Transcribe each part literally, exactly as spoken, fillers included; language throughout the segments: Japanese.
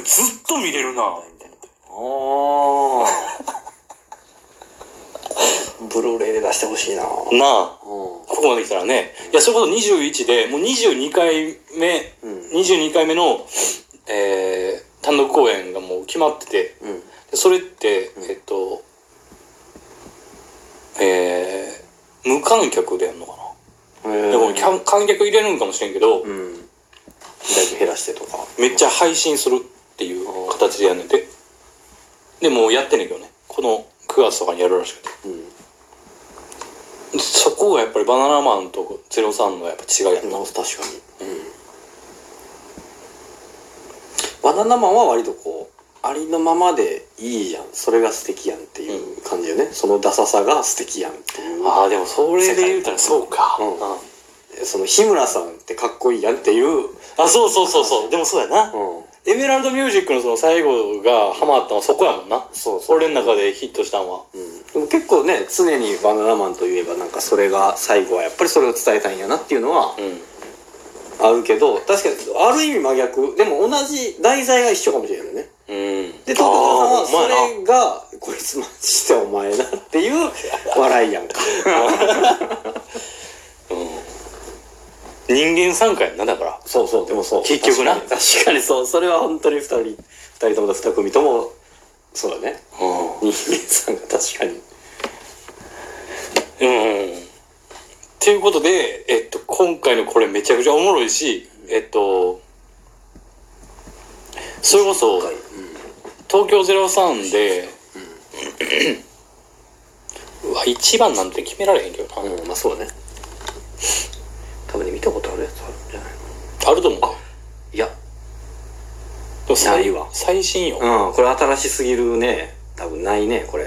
ずっと見れるなみたいな。 あブルーレイで出してほしいな。なあ、ここまで来たらね。いや、それこそにじゅういちでもうにじゅうにかいめ、うん、にじゅうにかいめの、えー、単独公演がもう決まってて、うん、でそれって、うん、えっとえー、無観客でやるのかな。でも観客入れるんかもしれんけど、うん、 だいぶ減らしてとかめっちゃ配信するっていう形でやんねんて。でもうやってんねんけどね、このくがつとかにやるらしくて、うん、そこがやっぱりバナナマンとゼロさんのやっぱ違いやった。 確かに、うん、バナナマンは割とこうありのままでいいじゃん、それが素敵やんっていう感じよね、うん、そのダサさが素敵やんっていう。 ああ、でもそれで言うたらそうか、うんうん、その日村さんってかっこいいやんっていう。 あ、そうそうそうそう、でもそうやな、うん、エメラルドミュージックのその最後がハマったのはそこやもんな。そうそう、俺の中でヒットしたのは、うん、 でも結構ね、常にバナナマンといえばなんかそれが最後はやっぱりそれを伝えたいんやなっていうのは、うんあるけど、確かにある意味真逆でも同じ題材が一緒かもしれないよね。うん、で東京さんはそれがこいつマジでお前なっていう笑いやんか、 うん、人間参加やんな。だからそうそう、でもそう結局な、 確かに、確かにそう、それは本当に二人二人とも二組ともそうだね、うん、人間参加確かに。 うんということで、えっと、今回のこれめちゃくちゃおもろいし、えっと、それこそ、うん、東京ゼロさんで、うん、うわ、一番なんて決められへんけどな。 うん、まあそうね。多分ね、見たことあるやつあるんじゃないの？あると思う。 いや。 でもないわ。最新よ。 うん、これ新しすぎるね。多分ないね、これ。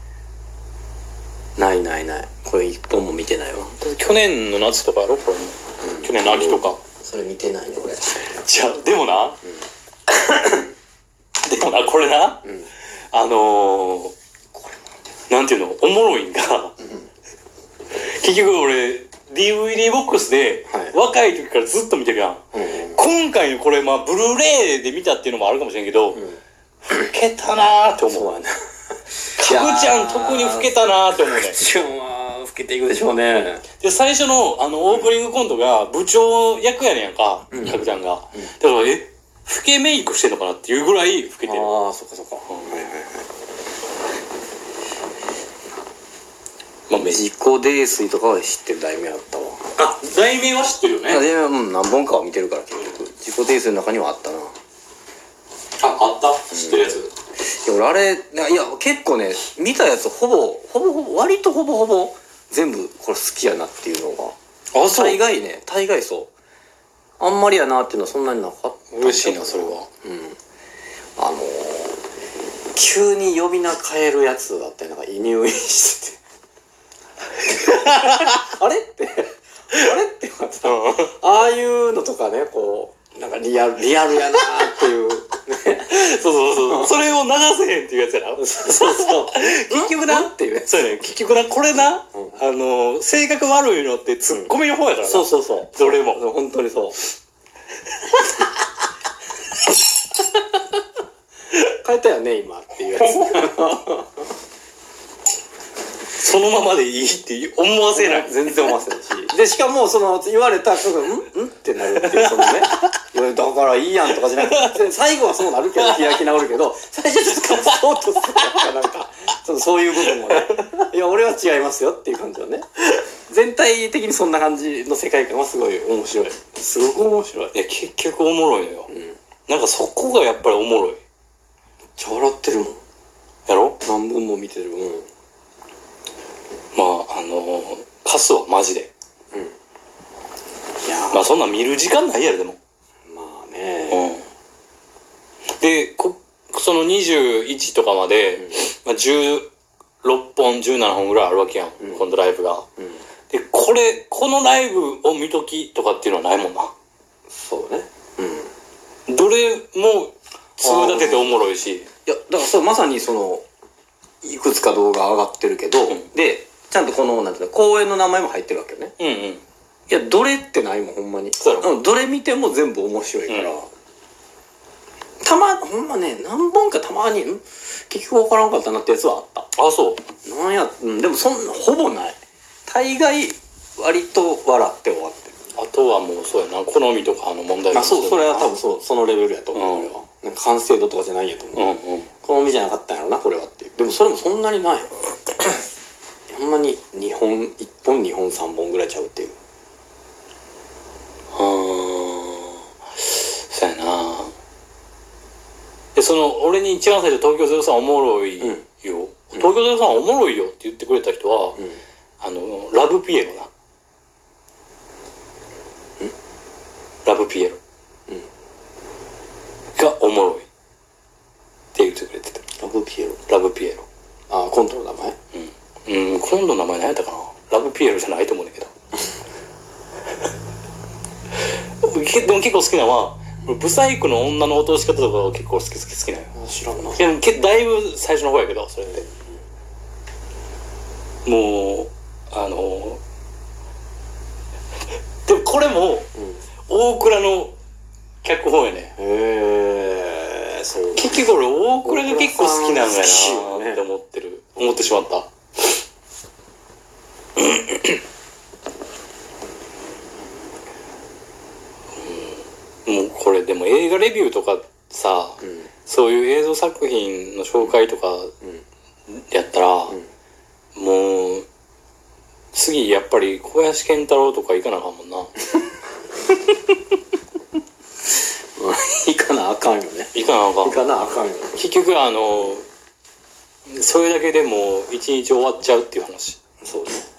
ないないない。これ一本も見てないわ。 去年の夏とかやろこれも、うん、去年の秋とか。 それ見てないね俺。 じゃあでもな、うん、でもなこれな、うん、あのー、これなんていうの、おもろいんが、うん、結局俺 ディーブイディー ボックスで、はい、若い時からずっと見てるやん、うん、今回のこれまあブルーレイで見たっていうのもあるかもしれんけど、うん、老けたなーって思う。そうやな。かぶちゃん特に老けたなーって思うね。かぶちゃんは老けていくでしょうね。 で最初のあのオープニングコントが部長役やねんやんか、かぶちゃんが、うん、だからえ老けメイクしてんのかなっていうぐらい老けてる。 ああ、そっかそっか、うん、はいはいはい。まあ自己泥酔とかは知ってる題名あったわ。 あ、題名は知ってるよね。 題名はうん何本かは見てるから結局自己泥酔の中にはあったな。 あ、あった、知ってるやつ、うん、 いや俺あれいや結構ね見たやつほぼほぼほぼ割とほぼほぼ全部これ好きやなっていうのが、あ、そう、大概ね、大概そう、あんまりやなっていうのはそんなになかった。 嬉しいなそれは。うん、 あのー、急に呼び名変えるやつだったりなんか入院しててあれってあれってさ、ああいうのとかね、こうなんかリアルリアルやなーっていうそうそうそうそれを流せへんっていうやつやな。そうそうそう結局なっていうね。 そうやね、結局なこれな、うん、あの性格悪いのってツッコミの方やからな、うん、そうそうそう、どれも本当にそう変えたよね今っていうやつそのままでいいって思わせない。 全然思わせないし。で、しかも、その、言われた、んんってなるっていう、そのね。だからいいやんとかじゃなくて、最後はそうなるけど、開き直るけど、最初ちょっとそうとするから、なんか、そのそういう部分もね。いや、俺は違いますよっていう感じだね。全体的にそんな感じの世界観はすごい面白い。すごく面白い。 いや、結局おもろいのよ。うん、なんかそこがやっぱりおもろい。めっちゃ笑ってるもん。 やろ？ 何本も見てる。うん。 まああのー、カスはマジで、うん、いやまあそんなん見る時間ないやろでも。 まあね、 うん、でこそのにじゅういちとかまで、うんまあ、じゅうろっぽんじゅうななほんぐらいあるわけやん、うん、今度ライブが、うん、でこれこのライブを見ときとかっていうのはないもんな。 そうね、 うん、どれも粒立てておもろいし、 いやだからそうまさにそのいくつか動画上がってるけど、うん、でちゃんとこのなんていうの公演の名前も入ってるわけよね。うんうん。いやどれってないもんほんまに。そうやろ。どれ見ても全部面白いから。うん、 たまほんまね何本かたまにん結局分からんかったなってやつはあった。 あ、そうなんや、うん、でもそんなほぼない。大概割と笑って終わってる。 あとはもうそうやな、好みとかの問題。 あ、そう、それは多分そうそのレベルやと思う、俺は。なんか完成度とかじゃないんやと思う、 うんうん、 好みじゃなかったんやろなこれはっていう。でもそれもそんなにないほんまににほんいっぽんにほんさんぼんぐらいちゃうっていう。 はあ、そうやな。でその俺に一番最初東京ゼロさんおもろいよ、うん、東京ゼロさんおもろいよって言ってくれた人は、うん、あのラブピエロな、うん、ラブピエロ、うん、がおもろいって言ってくれてた。 ラブピエロ、 ラブピエロ、 ああコントの名前、 うん、うん、コントの名前何やったかな。ラブピエロじゃないと思うんだけどでも結構好きなのはブサイクの女の落とし方とか結構好き好き好きなのよ。 知らんな。 だいぶ最初の方やけどそれってもうあのでもこれも、うん、大倉の脚本やね。 へえ、そう。 結局俺大倉が結構好きなんだよなって思ってる、思ってしまった。もうこれでも映画レビューとかさ、うん、そういう映像作品の紹介とかやったら、うん、もう次やっぱり小林賢太郎とか行かなあかんもんな行かなあかんよね。 行かなあかん。 行かなあかんよ。 結局あのそれだけでも一日終わっちゃうっていう話。 そうね。